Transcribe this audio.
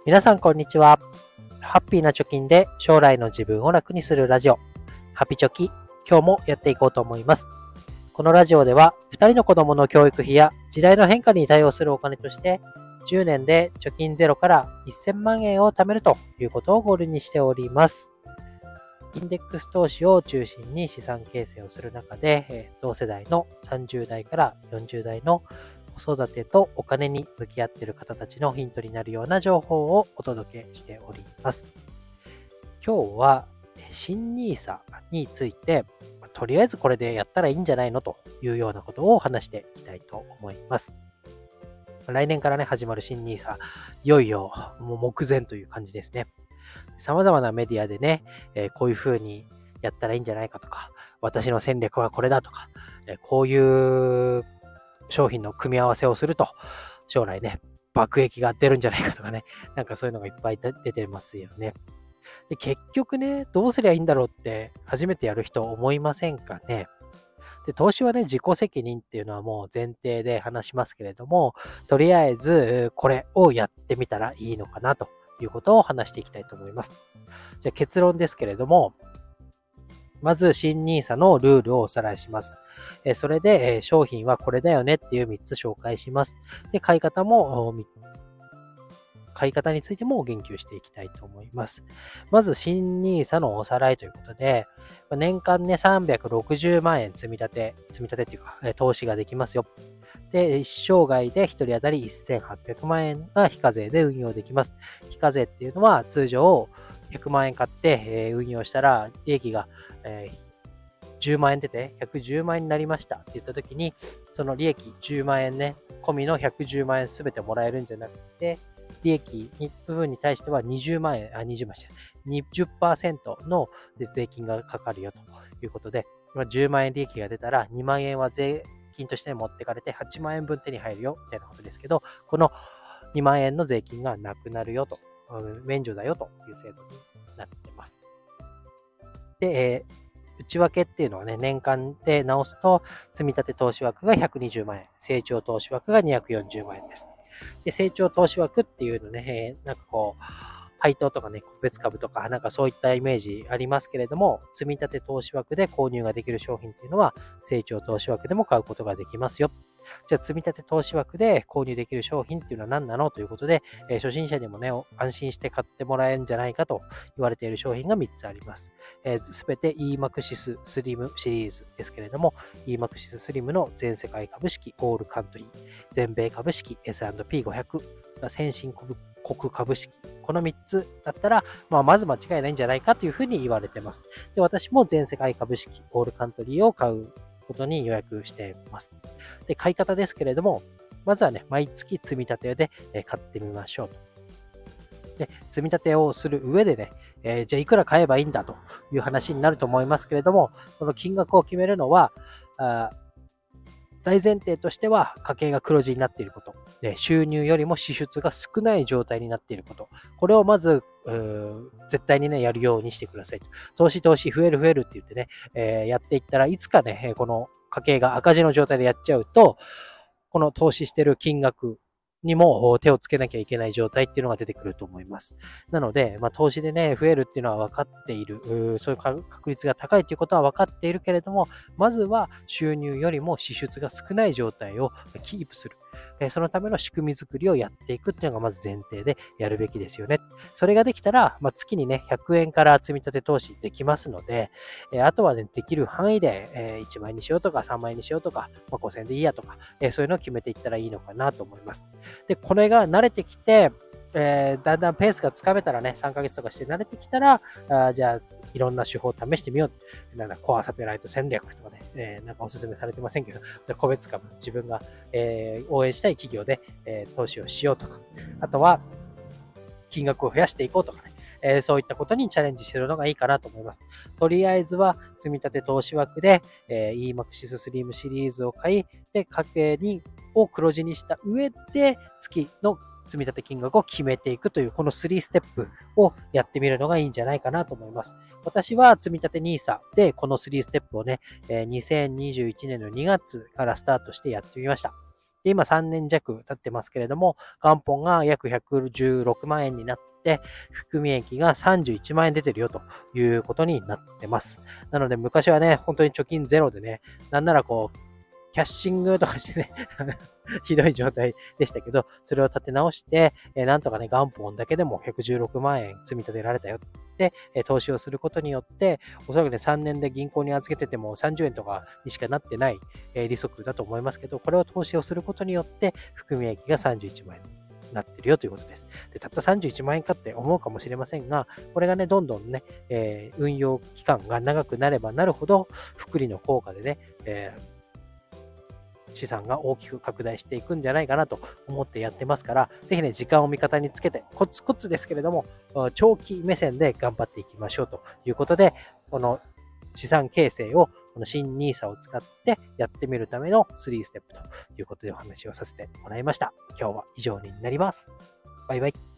皆さんこんにちは。ハッピーな貯金で将来の自分を楽にするラジオ、ハピチョキ、今日もやっていこうと思います。このラジオでは、2人の子供の教育費や時代の変化に対応するお金として、10年で貯金ゼロから1000万円を貯めるということをゴールにしております。インデックス投資を中心に資産形成をする中で、同世代の30代から40代の子育てとお金に向き合っている方たちのヒントになるような情報をお届けしております。今日は新NISAについて、とりあえずこれでやったらいいんじゃないのというようなことを話していきたいと思います。来年からね始まる新NISA、いよいよもう目前という感じですね。様々なメディアでね、こういう風にやったらいいんじゃないかとか、私の戦略はこれだとか、こういう商品の組み合わせをすると将来ね爆益が出るんじゃないかとかね、なんかそういうのがいっぱい出てますよね。で結局ね、どうすりゃいいんだろうって初めてやる人思いませんかね。で投資はね、自己責任っていうのはもう前提で話しますけれども、とりあえずこれをやってみたらいいのかなということを話していきたいと思います。じゃあ結論ですけれども、まず新NISAのルールをおさらいします。それで商品はこれだよねっていう3つ紹介します。で、買い方についても言及していきたいと思います。まず新NISAのおさらいということで、年間ね360万円積み立てっていうか投資ができますよ。で、一生涯で1人当たり1800万円が非課税で運用できます。非課税っていうのは通常100万円買って運用したら利益が10万円出て110万円になりましたって言った時に、その利益10万円ね、込みの110万円すべてもらえるんじゃなくて、利益部分に対しては20%の税金がかかるよということで、10万円利益が出たら2万円は税金として持ってかれて8万円分手に入るよみたいなことですけど、この2万円の税金がなくなるよと、免除だよという制度になってます。で、内訳っていうのはね、年間で直すと、積立投資枠が120万円、成長投資枠が240万円です。で、成長投資枠っていうのね、なんかこう、配当とかね、個別株とか、なんかそういったイメージありますけれども、積立投資枠で購入ができる商品っていうのは、成長投資枠でも買うことができますよ。じゃあ、積立投資枠で購入できる商品っていうのは何なのということで、初心者にもね、安心して買ってもらえるんじゃないかと言われている商品が3つあります。すべて EMAXIS SLIM シリーズですけれども、EMAXIS SLIM の全世界株式オールカントリー、全米株式 S&P500、先進国株式、この3つだったら、まず間違いないんじゃないかというふうに言われています。で、私も全世界株式オールカントリーを買うことに予約しています。で、買い方ですけれども、まずはね、毎月積み立てで買ってみましょうと。で、積み立てをする上でね、じゃあいくら買えばいいんだという話になると思いますけれども、この金額を決めるのは、大前提としては家計が黒字になっていることで、収入よりも支出が少ない状態になっていること、これをまず絶対にねやるようにしてくださいと。投資増えるって言ってね、やっていったらいつかねこの家計が赤字の状態でやっちゃうと、この投資してる金額にも手をつけなきゃいけない状態っていうのが出てくると思います。なので、投資でね、増えるっていうのは分かっている、そういう確率が高いということは分かっているけれども、まずは収入よりも支出が少ない状態をキープする。そのための仕組み作りをやっていくっていうのがまず前提でやるべきですよね。それができたら、月にね、100円から積み立て投資できますので、あとはね、できる範囲で1万円にしようとか3万円にしようとか、5000円でいいやとか、そういうのを決めていったらいいのかなと思います。で、これが慣れてきて、だんだんペースがつかめたらね、3ヶ月とかして慣れてきたら、じゃあ、いろんな手法を試してみよう。なんだ、コアサテライト戦略とかね、なんかおすすめされてませんけど、個別株、自分が、応援したい企業で、投資をしようとか、あとは、金額を増やしていこうとかね、そういったことにチャレンジしてるのがいいかなと思います。とりあえずは、積み立て投資枠で、EMAXIS SLIM シリーズを買い、で、家計を黒字にした上で、月の積み立て金額を決めていくという、この3ステップをやってみるのがいいんじゃないかなと思います。私は積み立て NISA でこの3ステップをね、2021年の2月からスタートしてやってみました。 で、今3年弱経ってますけれども、元本が約116万円になって、含み益が31万円出てるよということになってます。なので昔はね、本当に貯金ゼロでね、なんならこう、キャッシングとかしてねひどい状態でしたけど、それを立て直して、なんとかね、元本だけでも116万円積み立てられたよって、投資をすることによって、おそらくね、3年で銀行に預けてても30円とかにしかなってない、利息だと思いますけど、これを投資をすることによって、含み益が31万円。なってるよということです。で、たった31万円かって思うかもしれませんが、これがね、どんどんね、運用期間が長くなればなるほど、複利の効果でね、資産が大きく拡大していくんじゃないかなと思ってやってますから、ぜひね、時間を味方につけて、コツコツですけれども、長期目線で頑張っていきましょうということで、この資産形成をこの新 NISA を使ってやってみるための3ステップということでお話をさせてもらいました。今日は以上になります。バイバイ。